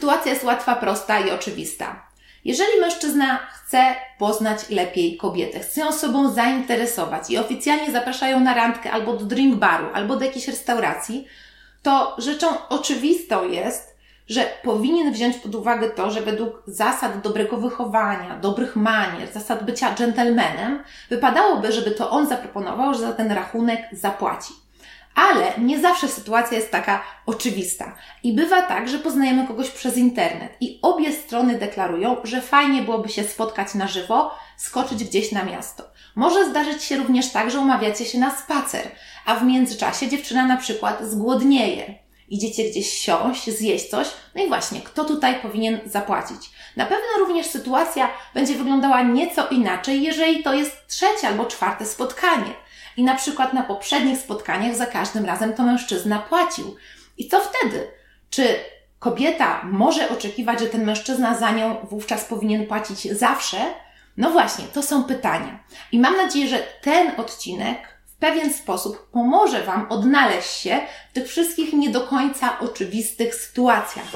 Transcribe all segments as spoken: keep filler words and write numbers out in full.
sytuacja jest łatwa, prosta i oczywista. Jeżeli mężczyzna chce poznać lepiej kobietę, chce ją sobą zainteresować i oficjalnie zapraszają na randkę albo do drink baru, albo do jakiejś restauracji, to rzeczą oczywistą jest, że powinien wziąć pod uwagę to, że według zasad dobrego wychowania, dobrych manier, zasad bycia dżentelmenem, wypadałoby, żeby to on zaproponował, że za ten rachunek zapłaci. Ale nie zawsze sytuacja jest taka oczywista. I bywa tak, że poznajemy kogoś przez internet i obie strony deklarują, że fajnie byłoby się spotkać na żywo, skoczyć gdzieś na miasto. Może zdarzyć się również tak, że umawiacie się na spacer, a w międzyczasie dziewczyna na przykład zgłodnieje. Idziecie gdzieś siąść, zjeść coś, no i właśnie, kto tutaj powinien zapłacić? Na pewno również sytuacja będzie wyglądała nieco inaczej, jeżeli to jest trzecie albo czwarte spotkanie. I na przykład na poprzednich spotkaniach za każdym razem to mężczyzna płacił. I co wtedy? Czy kobieta może oczekiwać, że ten mężczyzna za nią wówczas powinien płacić zawsze? No właśnie, to są pytania. I mam nadzieję, że ten odcinek w pewien sposób pomoże Wam odnaleźć się w tych wszystkich nie do końca oczywistych sytuacjach.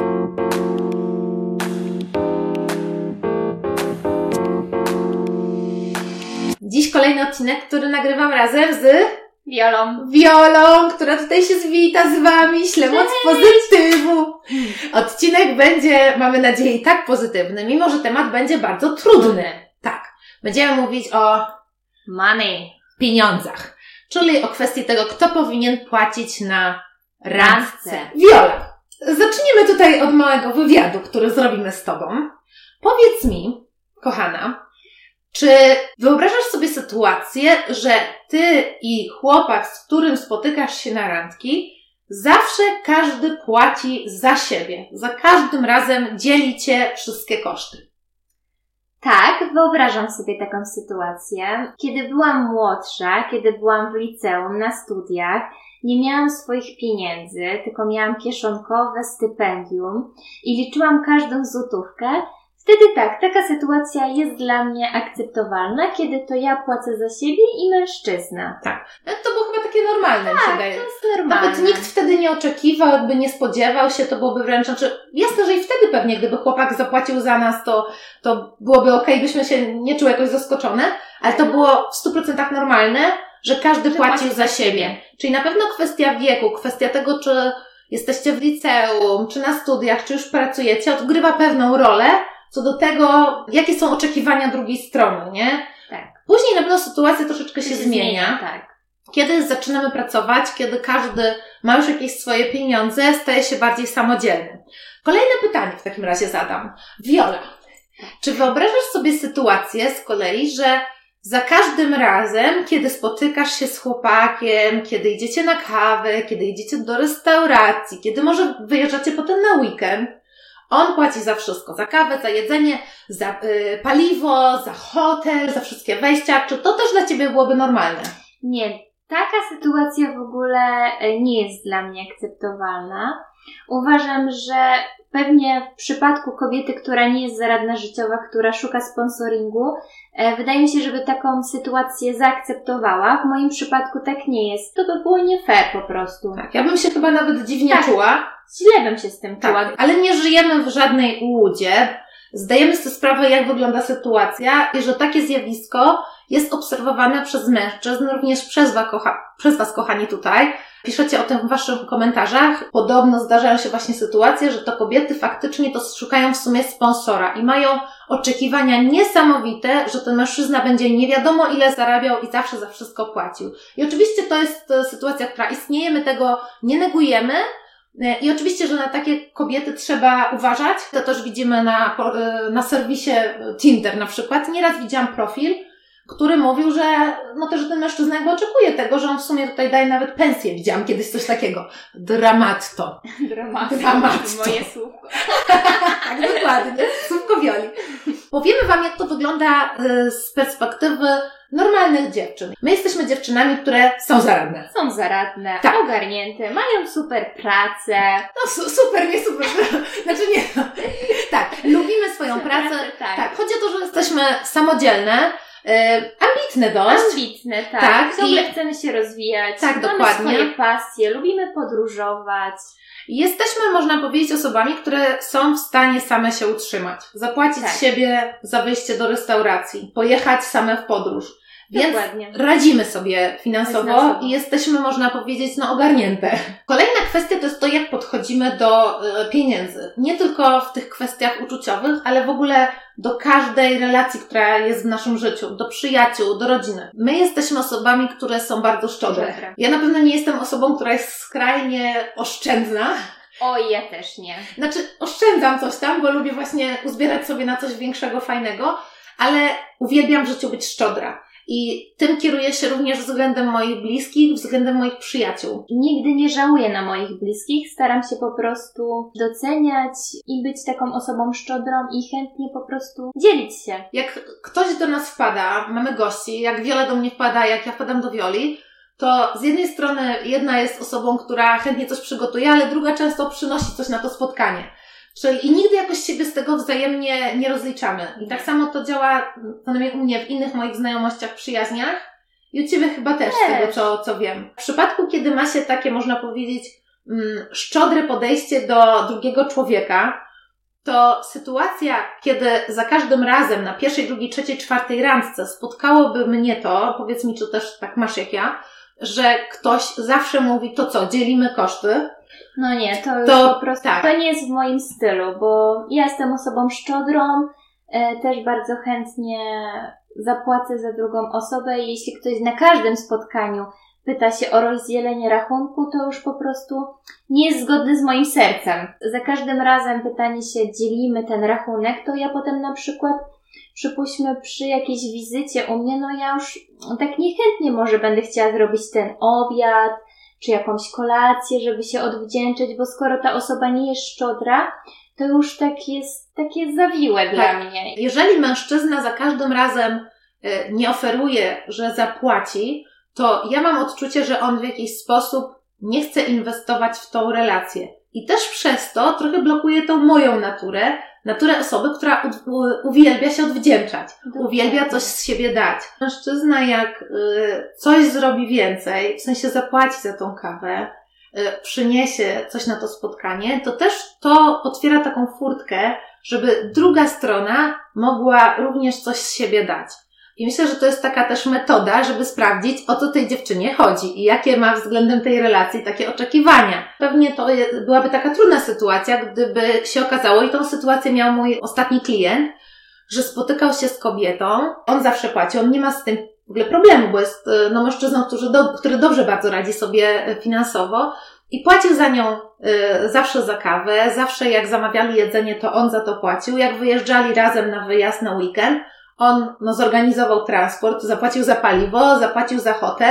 Dziś kolejny odcinek, który nagrywam razem z Wiolą. Wiolą, która tutaj się zwita z Wami, ślę moc pozytywu. Odcinek będzie, mamy nadzieję, tak pozytywny, mimo że temat będzie bardzo trudny. Tak, będziemy mówić o money, pieniądzach, czyli o kwestii tego, kto powinien płacić na randce. randce. Wiola, zacznijmy tutaj od małego wywiadu, który zrobimy z Tobą. Powiedz mi, kochana, czy wyobrażasz sobie sytuację, że Ty i chłopak, z którym spotykasz się na randki, zawsze każdy płaci za siebie, za każdym razem dzielicie wszystkie koszty? Tak, wyobrażam sobie taką sytuację. Kiedy byłam młodsza, kiedy byłam w liceum, na studiach, nie miałam swoich pieniędzy, tylko miałam kieszonkowe stypendium i liczyłam każdą złotówkę. Wtedy tak, taka sytuacja jest dla mnie akceptowalna, kiedy to ja płacę za siebie i mężczyzna. Tak, to było chyba takie normalne, mi się tak, wydaje. to jest normalne. Nawet nikt wtedy nie oczekiwał, jakby nie spodziewał się, to byłoby wręcz, znaczy jasne, że i wtedy pewnie, gdyby chłopak zapłacił za nas, to, to byłoby okej, okay, byśmy się nie czuły jakoś zaskoczone, ale to było w stu procentach normalne, że każdy że płacił za siebie. siebie. Czyli na pewno kwestia wieku, kwestia tego, czy jesteście w liceum, czy na studiach, czy już pracujecie, odgrywa pewną rolę, co do tego, jakie są oczekiwania drugiej strony, nie? Tak. Później na pewno sytuacja troszeczkę się, się zmienia. zmienia. Tak. Kiedy zaczynamy pracować, kiedy każdy ma już jakieś swoje pieniądze, staje się bardziej samodzielny. Kolejne pytanie w takim razie zadam. Wiola, czy wyobrażasz sobie sytuację z kolei, że za każdym razem, kiedy spotykasz się z chłopakiem, kiedy idziecie na kawę, kiedy idziecie do restauracji, kiedy może wyjeżdżacie potem na weekend, on płaci za wszystko, za kawę, za jedzenie, za y, paliwo, za hotel, za wszystkie wejścia. Czy to też dla Ciebie byłoby normalne? Nie, taka sytuacja w ogóle nie jest dla mnie akceptowalna. Uważam, że pewnie w przypadku kobiety, która nie jest zaradna życiowa, która szuka sponsoringu, wydaje mi się, żeby taką sytuację zaakceptowała. W moim przypadku tak nie jest. To by było nie fair po prostu. Tak, ja bym się chyba nawet dziwnie tak, czuła. Źle bym się z tym czuła. Tak, ale nie żyjemy w żadnej ułudzie. Zdajemy sobie sprawę, jak wygląda sytuacja i że takie zjawisko jest obserwowane przez mężczyzn, również przez was, kocha- przez was, kochani, tutaj. Piszecie o tym w waszych komentarzach. Podobno zdarzają się właśnie sytuacje, że to kobiety faktycznie to szukają w sumie sponsora i mają oczekiwania niesamowite, że ten mężczyzna będzie nie wiadomo ile zarabiał i zawsze za wszystko płacił. I oczywiście to jest sytuacja, która istnieje, my tego nie negujemy. I oczywiście, że na takie kobiety trzeba uważać. To też widzimy na, na serwisie Tinder na przykład. Nieraz widziałam profil, który mówił, że no to, że ten mężczyzna jakby oczekuje tego, że on w sumie tutaj daje nawet pensję. Widziałam kiedyś coś takiego. Dramatto. Dramatto. Dramatto. Moje słówko. Tak, dokładnie. Słówko Wioli. Powiemy Wam, jak to wygląda z perspektywy normalnych dziewczyn. My jesteśmy dziewczynami, które są zaradne. Są zaradne, tak. Ogarnięte, mają super pracę. No su- super, nie super. Znaczy nie. No. Tak, lubimy swoją pracę. pracę. Tak. tak, chodzi o to, że jesteśmy samodzielne. e, ambitne dość. Ambitne, tak. tak Ciągle i... chcemy się rozwijać. Tak, mamy dokładnie. swoje pasje, lubimy podróżować. Jesteśmy, można powiedzieć, osobami, które są w stanie same się utrzymać. Zapłacić tak. siebie za wyjście do restauracji, pojechać same w podróż. Więc Dokładnie. radzimy sobie finansowo, finansowo i jesteśmy, można powiedzieć, no ogarnięte. Kolejna kwestia to jest to, jak podchodzimy do y, pieniędzy. Nie tylko w tych kwestiach uczuciowych, ale w ogóle do każdej relacji, która jest w naszym życiu, do przyjaciół, do rodziny. My jesteśmy osobami, które są bardzo szczodre. Dobra. Ja na pewno nie jestem osobą, która jest skrajnie oszczędna. Oj, ja też nie. Znaczy, oszczędzam coś tam, bo lubię właśnie uzbierać sobie na coś większego, fajnego, ale uwielbiam w życiu być szczodra. I tym kieruję się również względem moich bliskich, względem moich przyjaciół. Nigdy nie żałuję na moich bliskich. Staram się po prostu doceniać i być taką osobą szczodrą i chętnie po prostu dzielić się. Jak ktoś do nas wpada, mamy gości, jak Wiola do mnie wpada, jak ja wpadam do Wioli, to z jednej strony jedna jest osobą, która chętnie coś przygotuje, ale druga często przynosi coś na to spotkanie. Czyli i nigdy jakoś siebie z tego wzajemnie nie rozliczamy. I tak samo to działa, przynajmniej u mnie, w innych moich znajomościach, przyjaźniach i u Ciebie chyba też, też. z tego co, co wiem. W przypadku, kiedy ma się takie, można powiedzieć, mm, szczodre podejście do drugiego człowieka, to sytuacja, kiedy za każdym razem na pierwszej, drugiej, trzeciej, czwartej randce spotkałoby mnie to, powiedz mi, czy też tak masz jak ja, że ktoś zawsze mówi, to co, dzielimy koszty? No nie, to już to, po prostu, tak. to nie jest w moim stylu, bo ja jestem osobą szczodrą, e, też bardzo chętnie zapłacę za drugą osobę i jeśli ktoś na każdym spotkaniu pyta się o rozdzielenie rachunku, to już po prostu nie jest zgodny z moim sercem. Za każdym razem pytanie się, dzielimy ten rachunek, to ja potem na przykład, przypuśćmy przy jakiejś wizycie u mnie, no ja już tak niechętnie może będę chciała zrobić ten obiad, czy jakąś kolację, żeby się odwdzięczyć, bo skoro ta osoba nie jest szczodra, to już tak jest takie zawiłe tak. dla mnie. Jeżeli mężczyzna za każdym razem y, nie oferuje, że zapłaci, to ja mam odczucie, że on w jakiś sposób nie chce inwestować w tą relację. I też przez to trochę blokuje tą moją naturę, naturę osoby, która u, u, uwielbia się odwdzięczać, Dokładnie. uwielbia coś z siebie dać. Mężczyzna jak y, coś zrobi więcej, w sensie zapłaci za tą kawę, y, przyniesie coś na to spotkanie, to też to otwiera taką furtkę, żeby druga strona mogła również coś z siebie dać. I myślę, że to jest taka też metoda, żeby sprawdzić, o co tej dziewczynie chodzi i jakie ma względem tej relacji takie oczekiwania. Pewnie to jest, byłaby taka trudna sytuacja, gdyby się okazało, i tą sytuację miał mój ostatni klient, że spotykał się z kobietą, on zawsze płaci, on nie ma z tym w ogóle problemu, bo jest no, mężczyzną, który, do, który dobrze bardzo radzi sobie finansowo i płacił za nią y, zawsze za kawę, zawsze jak zamawiali jedzenie, to on za to płacił, jak wyjeżdżali razem na wyjazd na weekend, on no, zorganizował transport, zapłacił za paliwo, zapłacił za hotel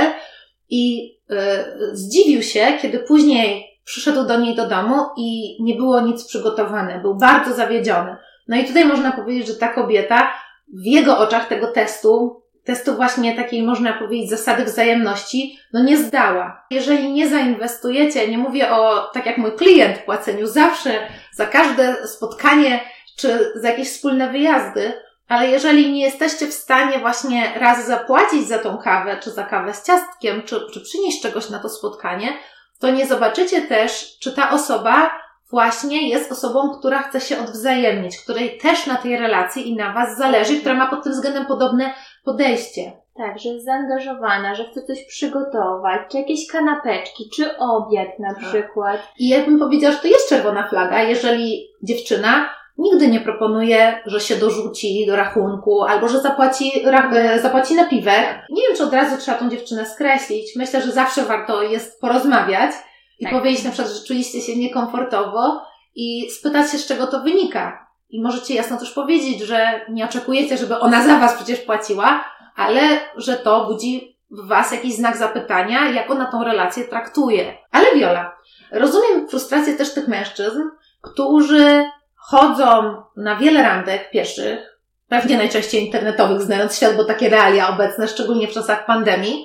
i y, zdziwił się, kiedy później przyszedł do niej do domu i nie było nic przygotowane. Był bardzo zawiedziony. No i tutaj można powiedzieć, że ta kobieta w jego oczach tego testu, testu właśnie takiej, można powiedzieć, zasady wzajemności, no nie zdała. Jeżeli nie zainwestujecie, nie mówię o, tak jak mój klient, płaceniu zawsze za każde spotkanie czy za jakieś wspólne wyjazdy, ale jeżeli nie jesteście w stanie właśnie raz zapłacić za tą kawę, czy za kawę z ciastkiem, czy, czy przynieść czegoś na to spotkanie, to nie zobaczycie też, czy ta osoba właśnie jest osobą, która chce się odwzajemnić, której też na tej relacji i na Was zależy, która ma pod tym względem podobne podejście. Tak, że jest zaangażowana, że chce coś przygotować, czy jakieś kanapeczki, czy obiad na przykład. I ja bym powiedziała, że to jest czerwona flaga, jeżeli dziewczyna nigdy nie proponuje, że się dorzuci do rachunku, albo że zapłaci, ra, zapłaci napiwek. Nie wiem, czy od razu trzeba tą dziewczynę skreślić. Myślę, że zawsze warto jest porozmawiać i tak. powiedzieć na przykład, że czuliście się niekomfortowo i spytać się, z czego to wynika. I możecie jasno też powiedzieć, że nie oczekujecie, żeby ona za Was przecież płaciła, ale że to budzi w Was jakiś znak zapytania, jak ona tą relację traktuje. Ale Wiola, rozumiem frustrację też tych mężczyzn, którzy chodzą na wiele randek pieszych, pewnie najczęściej internetowych, znając świat, bo takie realia obecne, szczególnie w czasach pandemii,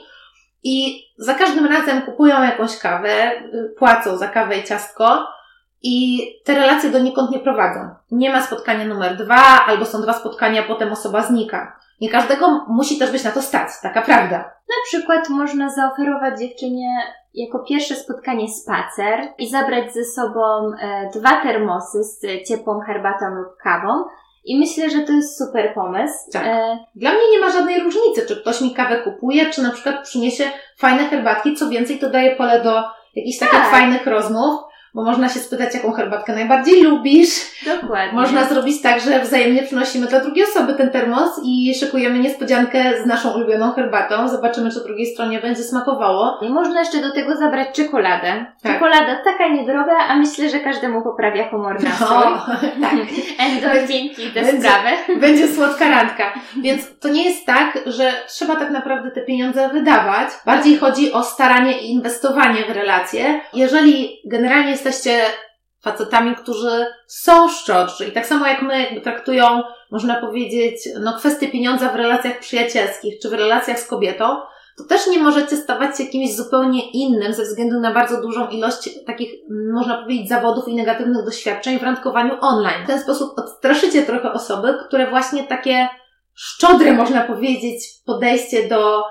i za każdym razem kupują jakąś kawę, płacą za kawę i ciastko i te relacje donikąd nie prowadzą. Nie ma spotkania numer dwa, albo są dwa spotkania, a potem osoba znika. Nie każdego musi też być na to stać, taka prawda. Na przykład można zaoferować dziewczynie jako pierwsze spotkanie spacer i zabrać ze sobą e, dwa termosy z ciepłą herbatą lub kawą. I myślę, że to jest super pomysł. Tak. E... Dla mnie nie ma żadnej różnicy, czy ktoś mi kawę kupuje, czy na przykład przyniesie fajne herbatki. Co więcej, to daje pole do jakichś takich tak. fajnych rozmów, bo można się spytać, jaką herbatkę najbardziej lubisz. Dokładnie. Można zrobić tak, że wzajemnie przynosimy dla drugiej osoby ten termos i szykujemy niespodziankę z naszą ulubioną herbatą. Zobaczymy, czy drugiej stronie będzie smakowało. I można jeszcze do tego zabrać czekoladę. Tak. Czekolada taka niedroga, a myślę, że każdemu poprawia humor nastrój. O, tak. Endorfinki, te będzie, sprawy. Będzie słodka randka. Więc to nie jest tak, że trzeba tak naprawdę te pieniądze wydawać. Bardziej chodzi o staranie i inwestowanie w relacje. Jeżeli generalnie jesteście facetami, którzy są szczodrzy i tak samo jak my jakby traktują, można powiedzieć, no kwestie pieniądza w relacjach przyjacielskich czy w relacjach z kobietą, to też nie możecie stawać się kimś zupełnie innym ze względu na bardzo dużą ilość takich, można powiedzieć, zawodów i negatywnych doświadczeń w randkowaniu online. W ten sposób odstraszycie trochę osoby, które właśnie takie szczodre, można powiedzieć, podejście do,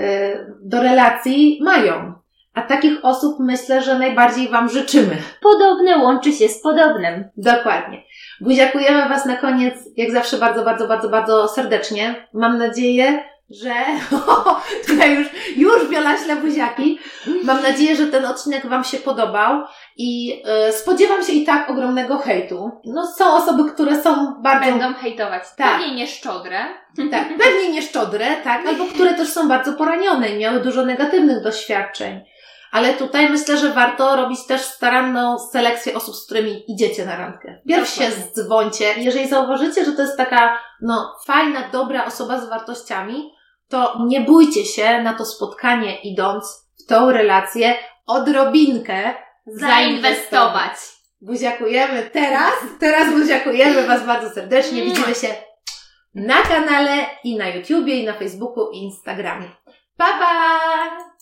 do relacji mają. A takich osób myślę, że najbardziej Wam życzymy. Podobne łączy się z podobnym. Dokładnie. Buziakujemy Was na koniec, jak zawsze, bardzo, bardzo, bardzo, bardzo serdecznie. Mam nadzieję, że... O, tutaj już, już Wiola śle buziaki. Mam nadzieję, że ten odcinek Wam się podobał i yy, spodziewam się i tak ogromnego hejtu. No są osoby, które są bardzo... Będą hejtować. Tak. Pewnie nieszczodre. Tak, pewnie nieszczodre, tak, albo które też są bardzo poranione i miały dużo negatywnych doświadczeń. Ale tutaj myślę, że warto robić też staranną selekcję osób, z którymi idziecie na randkę. Pierw się zdzwońcie. Jeżeli zauważycie, że to jest taka, no, fajna, dobra osoba z wartościami, to nie bójcie się na to spotkanie, idąc w tą relację, odrobinkę zainwestować. Buziakujemy teraz, teraz buziakujemy Was bardzo serdecznie. Widzimy się na kanale i na YouTubie, i na Facebooku, i Instagramie. Pa, pa!